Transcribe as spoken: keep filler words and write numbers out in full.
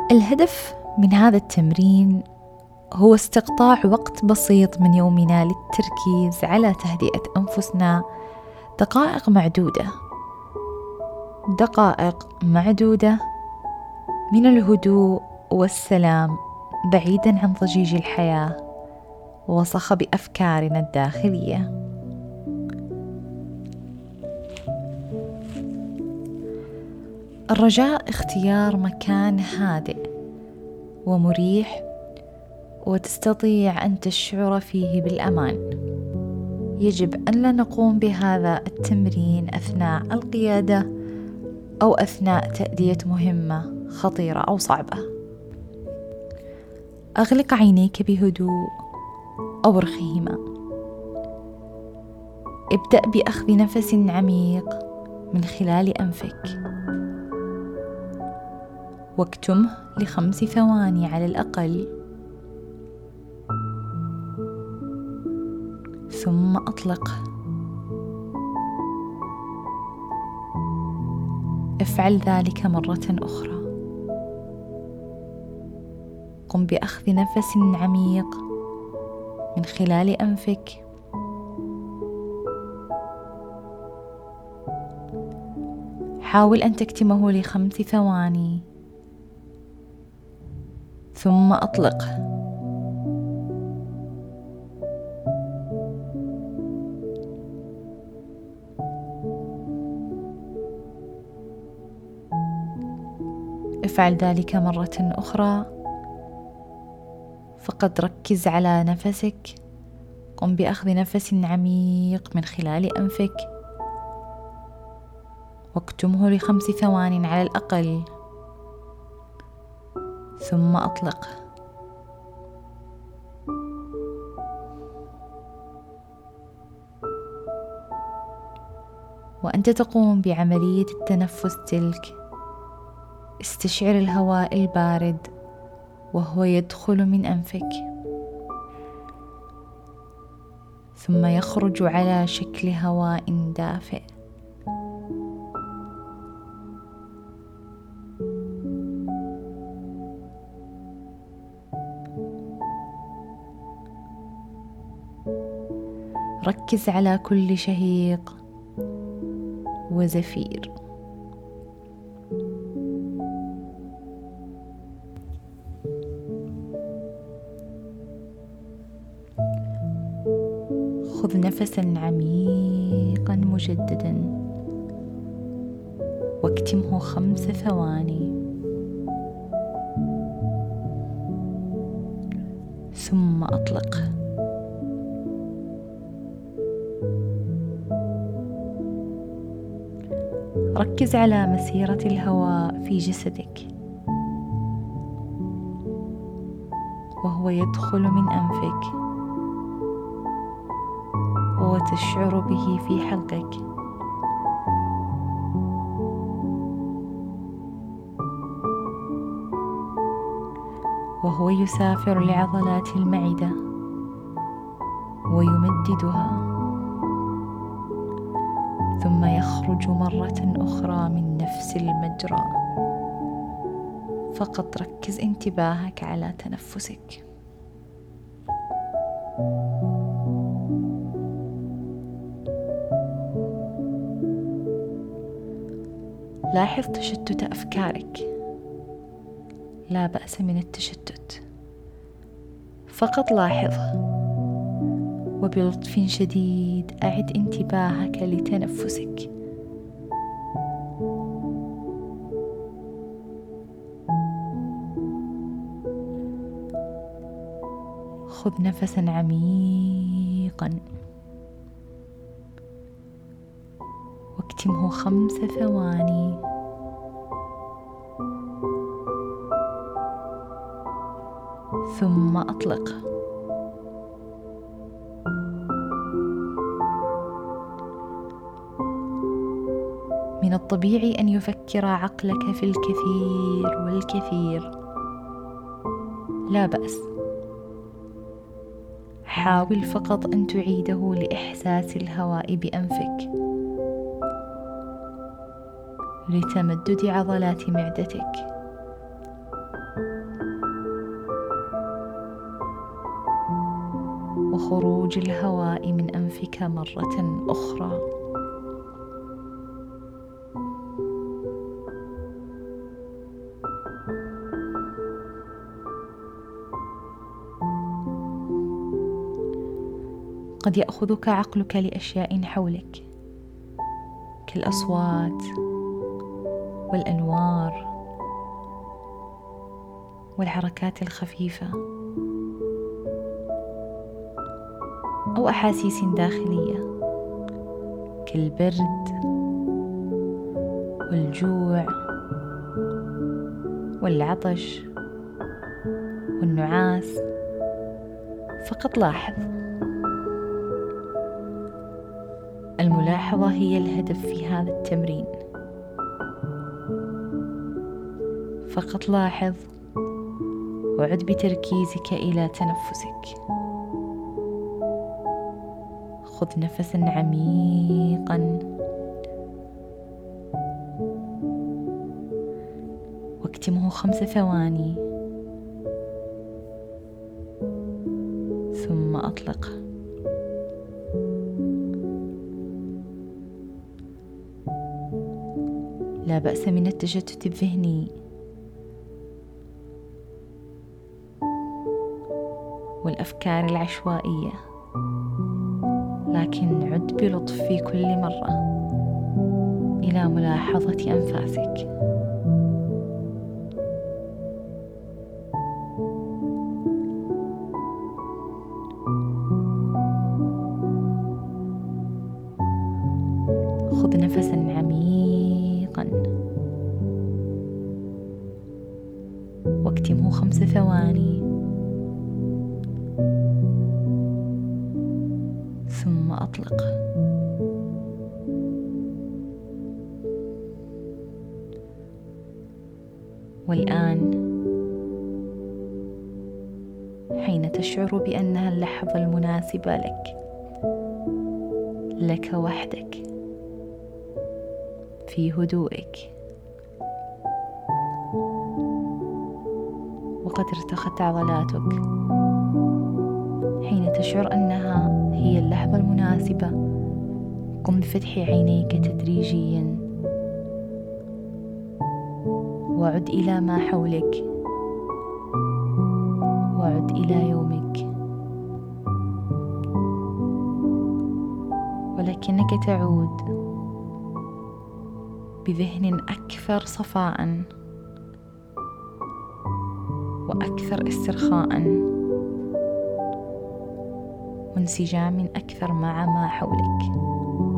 الهدف من هذا التمرين هو استقطاع وقت بسيط من يومنا للتركيز على تهدئة أنفسنا دقائق معدودة دقائق معدودة من الهدوء والسلام، بعيدا عن ضجيج الحياة وصخب أفكارنا الداخلية. الرجاء اختيار مكان هادئ ومريح وتستطيع أن تشعر فيه بالأمان. يجب أن لا نقوم بهذا التمرين أثناء القيادة أو أثناء تأدية مهمة خطيرة أو صعبة. أغلق عينيك بهدوء أو ارخيهما. ابدأ بأخذ نفس عميق من خلال أنفك واكتمه لخمس ثواني على الأقل، ثم أطلق. افعل ذلك مرة أخرى. قم بأخذ نفس عميق من خلال أنفك حاول أن تكتمه لخمس ثواني ثم أطلق. افعل ذلك مرة أخرى. فقد ركز على نفسك. قم بأخذ نفس عميق من خلال أنفك واكتمه لخمس ثوان على الأقل ثم أطلق. وأنت تقوم بعملية التنفس تلك، استشعر الهواء البارد وهو يدخل من أنفك ثم يخرج على شكل هواء دافئ. ركز على كل شهيق وزفير. خذ نفسا عميقا مجددا واكتمه خمس ثواني ثم أطلق. ركز على مسيرة الهواء في جسدك وهو يدخل من أنفك وتشعر به في حلقك، وهو يسافر لعضلات المعدة ويمددها، ثم يخرج مرة أخرى من نفس المجرى. فقط ركز انتباهك على تنفسك. لاحظ تشتت أفكارك. لا بأس من التشتت، فقط لاحظه وبلطف شديد أعد انتباهك لتنفسك. خذ نفسا عميقا واكتمه خمس ثواني ثم أطلق. من الطبيعي أن يفكر عقلك في الكثير والكثير، لا بأس. حاول فقط أن تعيده لإحساس الهواء بأنفك، لتمدد عضلات معدتك، خروج الهواء من أنفك مرة أخرى. قد يأخذك عقلك لأشياء حولك كالأصوات والأنوار والحركات الخفيفة، أو أحاسيس داخلية كالبرد والجوع والعطش والنعاس. فقط لاحظ. الملاحظة هي الهدف في هذا التمرين. فقط لاحظ وعد بتركيزك إلى تنفسك. خذ نفسا عميقا واكتمه خمس ثواني ثم أطلقه. لا بأس من التشتت الذهني والأفكار العشوائية، لكن عد بلطف في كل مرة إلى ملاحظة أنفاسك. خذ نفسا عميقا واكتمه خمس ثواني ثم أطلق. والآن حين تشعر بأنها اللحظة المناسبة لك لك وحدك في هدوئك وقد ارتخت عضلاتك، حين تشعر أنها هي اللحظة المناسبة قم بفتح عينيك تدريجيا وعد إلى ما حولك وعد إلى يومك، ولكنك تعود بذهن أكثر صفاء وأكثر استرخاء وانسجام أكثر مع ما حولك.